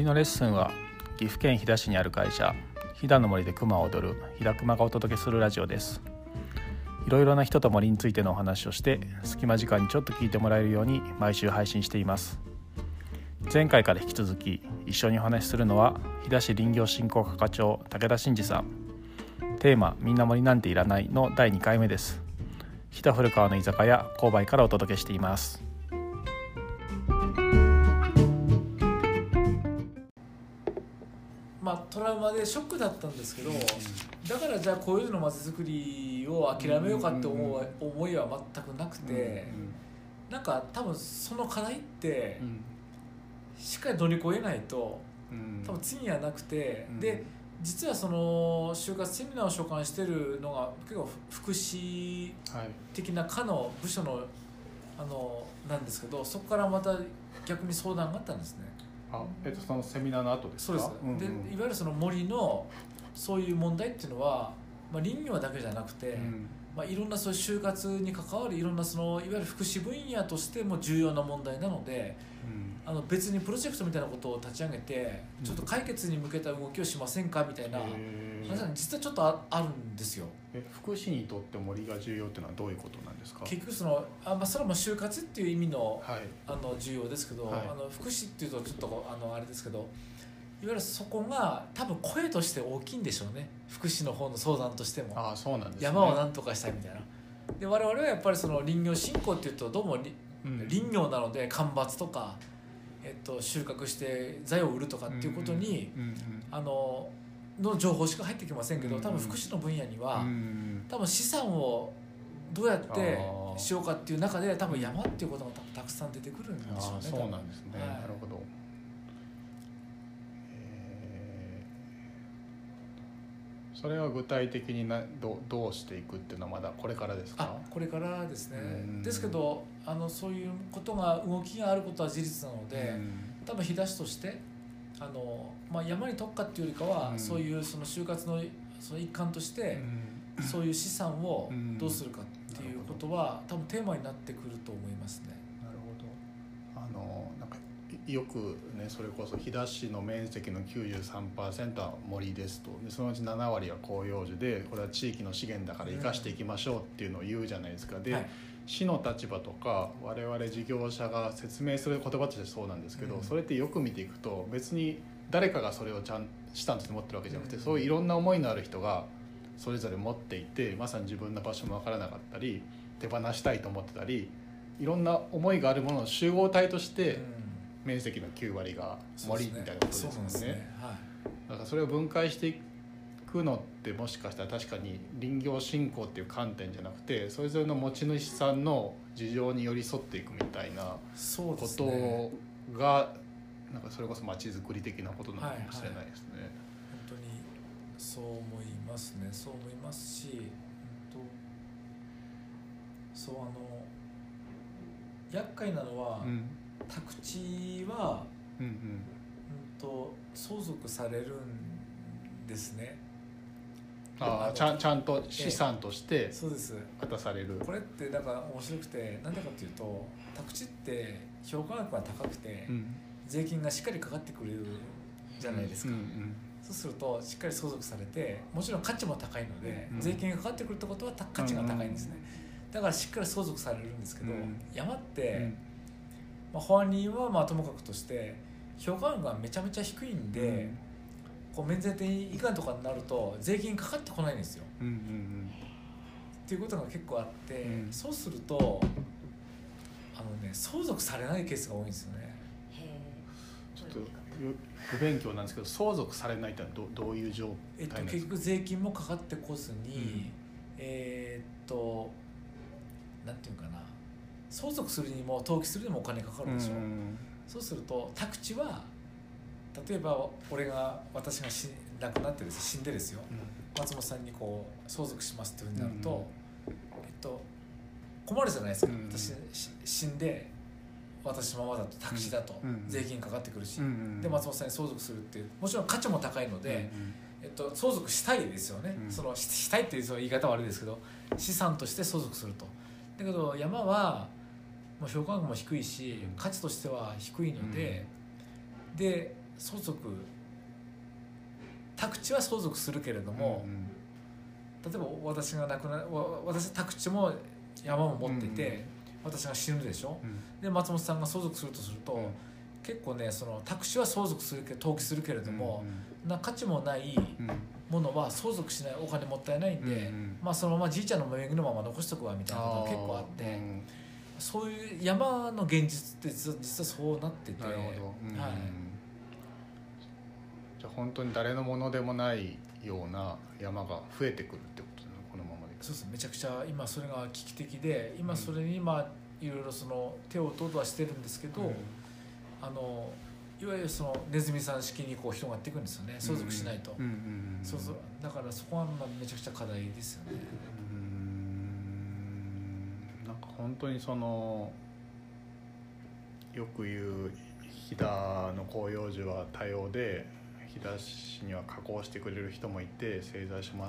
森のレッスンは岐阜県飛騨市にある会社飛騨の森で熊を踊る飛騨熊がお届けするラジオです。いろいろな人と森についてのお話をして隙間時間にちょっと聞いてもらえるように毎週配信しています。前回から引き続き一緒にお話しするのは飛騨市林業振興課課長武田真二さん。テーマみんな森なんていらないの第2回目です。飛騨古川の居酒屋購買からお届けしています。 トラウマでショックだったんですけど、だからじゃあこういうのまちづくりを諦めようかって思いは全くなくて、なんか多分その課題ってしっかり乗り越えないと多分次はなくて、で実はその就活セミナーを所管しているのが結構福祉的な課の部署のなんですけど、そこからまた逆に相談があったんですね。 そのセミナーの後ですか？ そうです、でいわゆるその森のそういう問題っていうのは、林業だけじゃなくて、いろんなそういう就活に関わるいろんなそのいわゆる福祉分野としても重要な問題なので、別にプロジェクトみたいなことを立ち上げてちょっと解決に向けた動きをしませんかみたいな話が実はちょっとあるんですよ。 福祉にとって森が重要っていうのはどういうことなんですか？ 結局それは就活っていう意味の、重要ですけど、福祉っていうとちょっとあれですけど、いわゆるそこが多分声として大きいんでしょうね。福祉の方の相談としても。 そうなんですね。 山をなんとかしたいみたいな。で我々はやっぱりその林業振興っていうとどうも林業なので間伐とか、収穫して材を売るとかっていうことに、の情報しか入ってきませんけど、多分福祉の分野には、多分資産をどうやってしようかっていう中で多分山っていうことがたくさん出てくるんでしょうね。 そうなんですね、なるほど。それは具体的にどうしていくっていうのはまだこれからですか？ これからですね。ですけどそういうことが動きがあることは事実なので、多分飛騨市として山に特化っていうよりかは、そういうその就活のその一環として、そういう資産をどうするかっていうことは多分テーマになってくると思いますね。 なるほど。なんかよくね、それこそ飛騨市の面積の 93% は森ですと。でそのうち7割は広葉樹で、これは地域の資源だから生かしていきましょうっていうのを言うじゃないですか。で、市の立場とか我々事業者が説明する言葉としてそうなんですけど、それってよく見ていくと別に誰かがそれをちゃん資産として持ってるわけじゃなくて、そういういろんな思いのある人がそれぞれ持っていて、まさに自分の場所も分からなかったり手放したいと思ってたり、いろんな思いがあるものの集合体として面積の9割が森みたいなことですもんね。だからそれを分解していくのってもしかしたら確かに林業振興っていう観点じゃなくて、それぞれの持ち主さんの事情に寄り添っていくみたいなことが、なんかそれこそ街づくり的なことなのかもしれないですね。 本当にそう思いますね。そう思いますし、厄介なのは、宅地は、相続されるんですね。 ちゃんと資産として渡される。 これってだから面白くて、なんでかというと、宅地って評価額が高くて、税金がしっかりかかってくれるじゃないですか。そうするとしっかり相続されて、もちろん価値も高いので、税金がかかってくるってことは価値が高いんですね。だからしっかり相続されるんですけど、山って、保安人はともかくとして評価額がめちゃめちゃ低いんで、免税店以下とかになると税金かかってこないんですよ。っていうことが結構あって、そうすると相続されないケースが多いんですよね。 ちょっと不勉強なんですけど、相続されないってのはどういう状態なんですか？ 結局税金もかかってこずに、なんていうかな、相続するにも登記するにもお金かかるでしょ。そうすると宅地は、例えば私が亡くなって死んでですよ、松本さんに相続しますっていうふうになると、困るじゃないですか。私死んで私のままだと宅地だと税金かかってくるし、で松本さんに相続するっていう、もちろん価値も高いので、相続したいですよね。したいっていうその言い方は悪いですけど、資産として相続すると。だけど山はもう評価額も低いし価値としては低いので、で相続宅地は相続するけれども、例えば私が宅地も山も持っていて、私が死ぬでしょ、で松本さんが相続するとすると、結構ねその宅地は相続する登記するけれども、価値もないものは相続しない、お金もったいないんで、そのままじいちゃんの名義のまま残しとくわみたいなことが結構あって、そういう山の現実って実はそうなってて、 なるほど、じゃあ本当に誰のものでもないような山が増えてくるってことなの、このままで。 そうです、めちゃくちゃ今それが危機的で、今それにいろいろその手を打とうとはしてるんですけど、いわゆるそのネズミさん式にこう広がっていくんですよね、相続しないと。そうそう、だからそこはめちゃくちゃ課題ですよね。 なんか本当にそのよく言う飛騨の広葉樹は多様で、飛騨市には加工してくれる人もいて製材所もあって、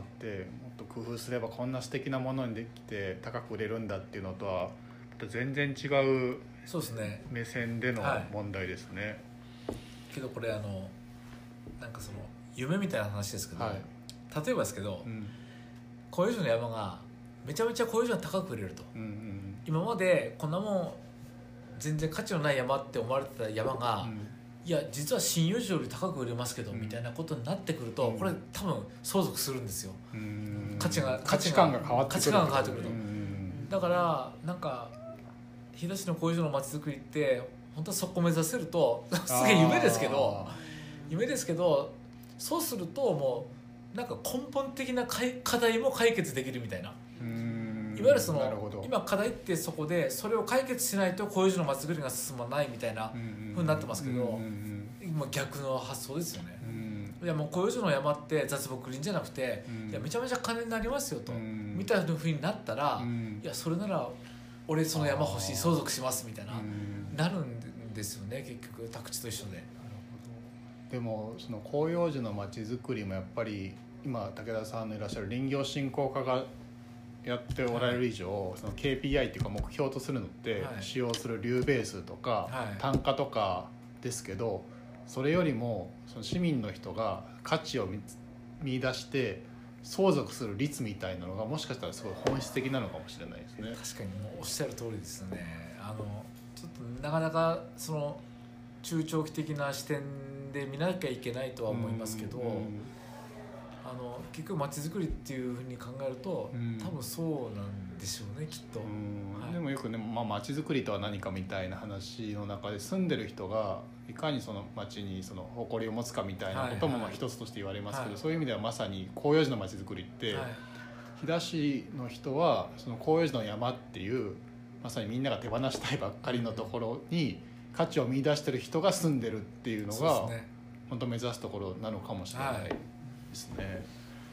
もっと工夫すればこんな素敵なものにできて高く売れるんだっていうのとは全然違う目線での問題ですね。 けどこれなんかその夢みたいな話ですけど、例えばですけど、広葉樹の山がめちゃめちゃ広葉樹が高く売れると、今までこんなもん全然価値のない山って思われてた山が、いや実は針葉樹より高く売れますけど、みたいなことになってくると、これ多分相続するんですよ。価値観が変わってくると、だからなんか飛騨市の広葉樹の街づくりって本当はそこを目指せるとすげえ夢ですけど、そうするともうなんか根本的な課題も解決できるみたいな。いわゆるその今課題ってそこで、それを解決しないと広葉樹の街づくりが進まないみたいな風になってますけど、今逆の発想ですよね。いやもう広葉樹の山って雑木林じゃなくて、いやめちゃめちゃ金になりますよと、みたいな風になったら、いやそれなら俺その山欲しい、相続しますみたいな、なるんですよね、結局宅地と一緒で。 でもその広葉樹の街づくりもやっぱり今武田さんのいらっしゃる林業振興課がやっておられる以上、その KPI っていうか目標とするのって、使用する粒米数とか、単価とかですけど、それよりもその市民の人が価値を見出して相続する率みたいなのがもしかしたらすごい本質的なのかもしれないですね。 確かにもうおっしゃる通りですよね。ちょっとなかなかその中長期的な視点で見なきゃいけないとは思いますけど、結局街づくりっていうふうに考えると、多分そうなんでしょうね、きっと。 でもよくね、街づくりとは何かみたいな話の中で、住んでる人がいかにその街にその誇りを持つかみたいなことも一つとして言われますけど、そういう意味ではまさに広葉樹の街づくりって、飛騨市の人はその広葉樹の山っていうまさにみんなが手放したいばっかりのところに価値を見出してる人が住んでるっていうのが本当目指すところなのかもしれないですね。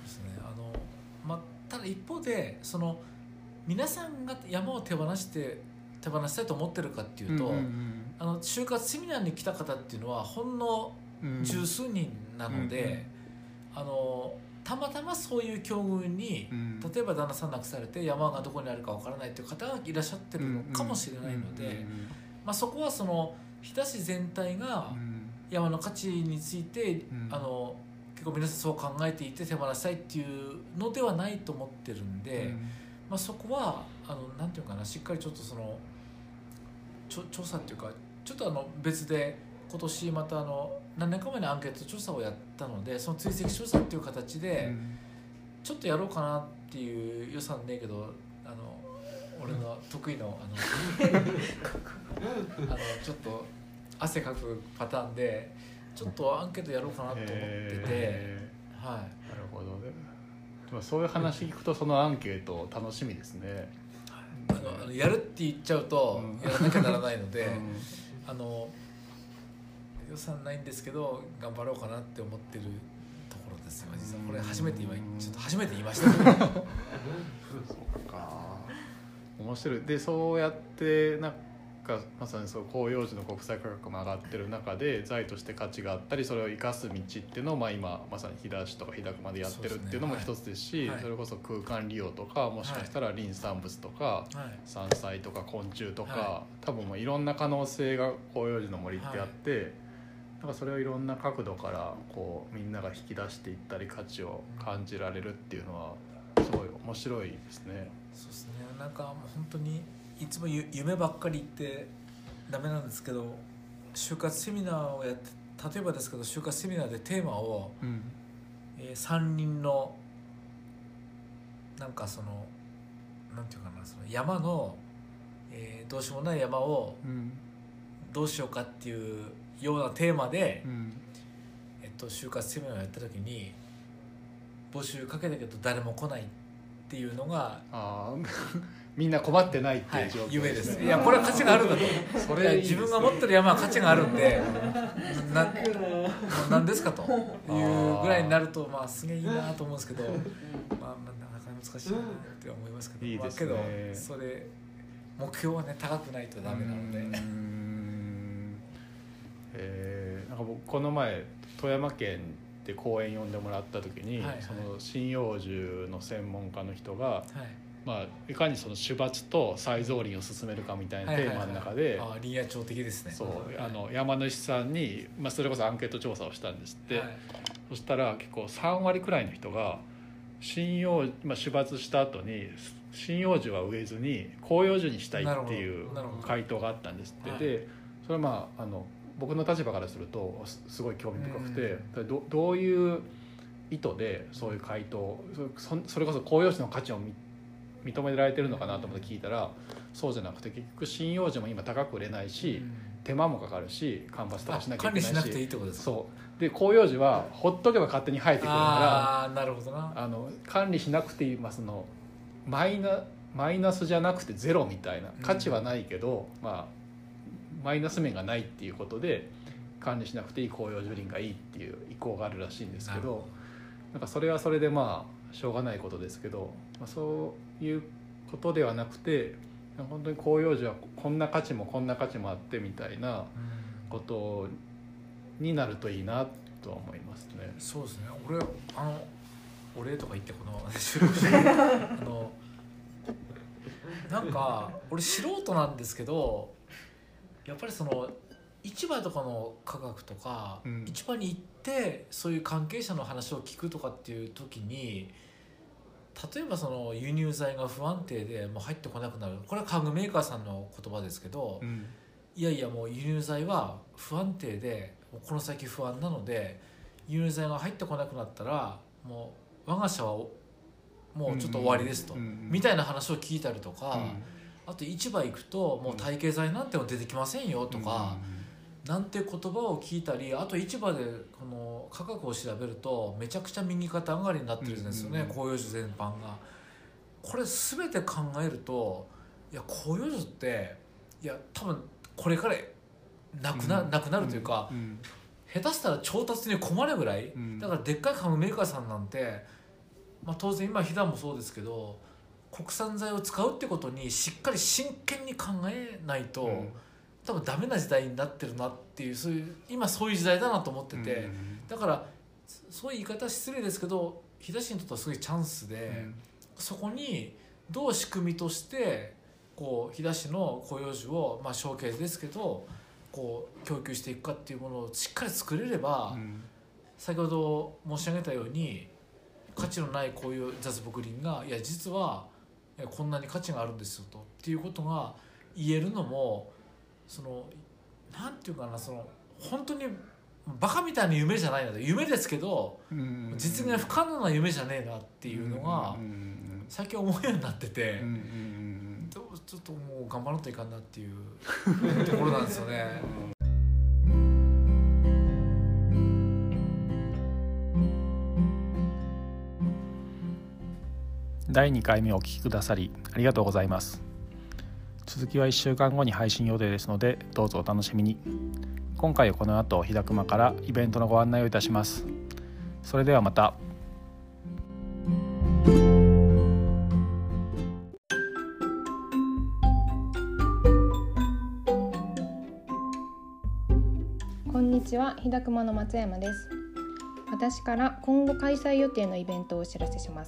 ただ一方でその皆さんが山を手放したいと思ってるかっていうと、就活セミナーに来た方っていうのはほんの十数人なので、たまたまそういう境遇に、例えば旦那さん亡くされて山がどこにあるかわからないという方がいらっしゃってるのかもしれないので、そこはその飛騨市全体が山の価値について、結構皆さんそう考えていて手放したいっていうのではないと思ってるんで、そこはなんていうかな、しっかりちょっとその調査っていうか、ちょっと別で今年また何年か前にアンケート調査をやったので、その追跡調査っていう形でちょっとやろうかなっていう予算ねえけど、俺の得意のちょっと汗かくパターンでちょっとアンケートやろうかなと思ってて、 なるほどね。でもそういう話聞くとそのアンケート楽しみですね。 やるって言っちゃうとやらなきゃならないので、予算ないんですけど頑張ろうかなって思ってるところですよ。実はこれ初めて言いましたそうか、面白い。でそうやってなんかまさにそう広葉樹の国際価格も上がってる中で財として価値があったり、それを生かす道っていうのを、今まさに飛騨市とか飛騨区までやってるっていうのも一つですし、それこそ空間利用とか、もしかしたら林産物とか、山菜とか昆虫とか、多分もういろんな可能性が広葉樹の森ってあって、 なんかそれをいろんな角度からこうみんなが引き出していったり価値を感じられるっていうのはすごい面白いですね。 そうですね。なんかもう本当にいつも夢ばっかり言ってダメなんですけど、就活セミナーをやって、例えばですけど就活セミナーでテーマを、3人のなんかそのなんていうかな、その山の、どうしようもない山をどうしようかっていうようなテーマで、就活セミナーをやった時に募集かけたけど誰も来ないっていうのがみんな困ってないっていう状況ですね、 夢です。いやこれは価値があるんだとそれいいです、ね、自分が持ってる山は価値があるんで何ですかというぐらいになると、まあすげえいいなと思うんですけど、まあなかなか難しいなって思いますけど、 いいですね、 まあ、けどそれ目標はね高くないとダメなのでなんか僕この前富山県で講演呼んでもらった時に、その針葉樹の専門家の人が、いかにその種伐と再造林を進めるかみたいなテーマの中で、 林野庁的ですね。 そう、山主さんに、それこそアンケート調査をしたんですって、そしたら結構3割くらいの人が針葉、種伐した後に針葉樹は植えずに広葉樹にしたいっていう回答があったんですって。でそれは僕の立場からするとすごい興味深くて、どういう意図でそういう回答、それこそ広葉樹の価値を認められてるのかなと思って聞いたら、そうじゃなくて結局針葉樹も今高く売れないし、手間もかかるし間伐とかしなきゃいけないし、 管理しなくていいってことですか。 そうで広葉樹はほっとけば勝手に生えてくるから、 なるほどな、 管理しなくていい、そのマイナスじゃなくてゼロみたいな、価値はないけど、マイナス面がないっていうことで管理しなくていい広葉樹林がいいっていう意向があるらしいんですけど、なんかそれはそれでしょうがないことですけど、そういうことではなくて本当に広葉樹はこんな価値もこんな価値もあってみたいなことになるといいなとは思いますね。 そうですね。俺とか言ってこの収録してなんか俺素人なんですけど、やっぱりその市場とかの価格とか、市場に行ってそういう関係者の話を聞くとかっていう時に、例えばその輸入材が不安定でもう入ってこなくなる、これは家具メーカーさんの言葉ですけど、いやいやもう輸入材は不安定でこの先不安なので、輸入材が入ってこなくなったらもう我が社はもうちょっと終わりですと、みたいな話を聞いたりとか、あと市場行くともう耐形材なんての出てきませんよとか、なんて言葉を聞いたり、あと市場でこの価格を調べるとめちゃくちゃ右肩上がりになってるんですよね、広葉樹全般が。これ全て考えると、いや広葉樹っていや多分これからなくなるというか、下手したら調達に困るぐらい、だからでっかい家具メーカーさんなんて、当然今飛騨もそうですけど国産材を使うってことにしっかり真剣に考えないと、多分ダメな時代になってるなっていう、今そういう時代だなと思ってて、だからそういう言い方失礼ですけど飛騨市にとってはすごいチャンスで、そこにどう仕組みとしてこう飛騨市の広葉樹をショーケースですけどこう供給していくかっていうものをしっかり作れれば、先ほど申し上げたように価値のないこういう雑木林がいや実はこんなに価値があるんですよとっていうことが言えるのも、そのなんていうかな、その本当にバカみたいな夢じゃないので、夢ですけど実現不可能な夢じゃねえなっていうのが最近思うようになってて、ちょっともう頑張らんといかんなっていうところなんですよね。 第2回目をお聞きくださりありがとうございます。続きは1週間後に配信予定ですのでどうぞお楽しみに。今回はこの後飛騨熊からイベントのご案内をいたします。それではまた。 こんにちは、飛騨熊の松山です。私から今後開催予定のイベントをお知らせします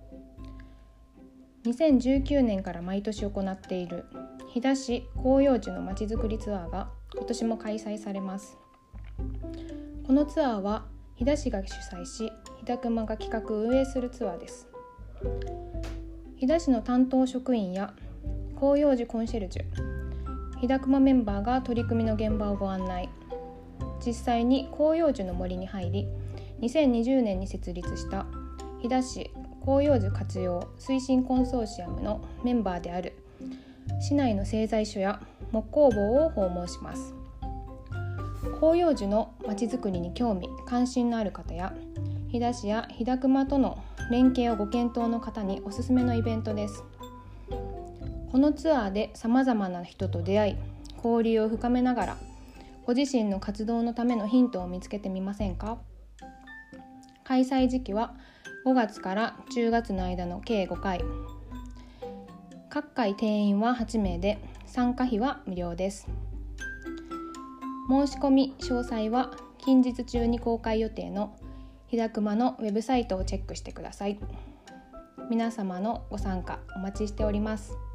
。2019年から毎年行っている飛騨市広葉樹のまちづくりツアーが今年も開催されます。 このツアーは飛騨市が主催し、飛騨熊が企画運営するツアーです。飛騨市の担当職員や広葉樹コンシェルジュ、飛騨熊メンバーが取り組みの現場をご案内。実際に広葉樹の森に入り、2020年に設立した飛騨市広葉樹活用推進コンソーシアムのメンバーである市内の製材所や木工房を訪問します。広葉樹のまちづくりに興味関心のある方や、飛騨市や飛騨熊との連携をご検討の方におすすめのイベントです。このツアーでさまざまな人と出会い、交流を深めながらご自身の活動のためのヒントを見つけてみませんか。開催時期は5月から10月の間の計5回。各回定員は8名で、参加費は無料です。申し込み詳細は近日中に公開予定の飛騨熊のウェブサイトをチェックしてください。皆様のご参加お待ちしております。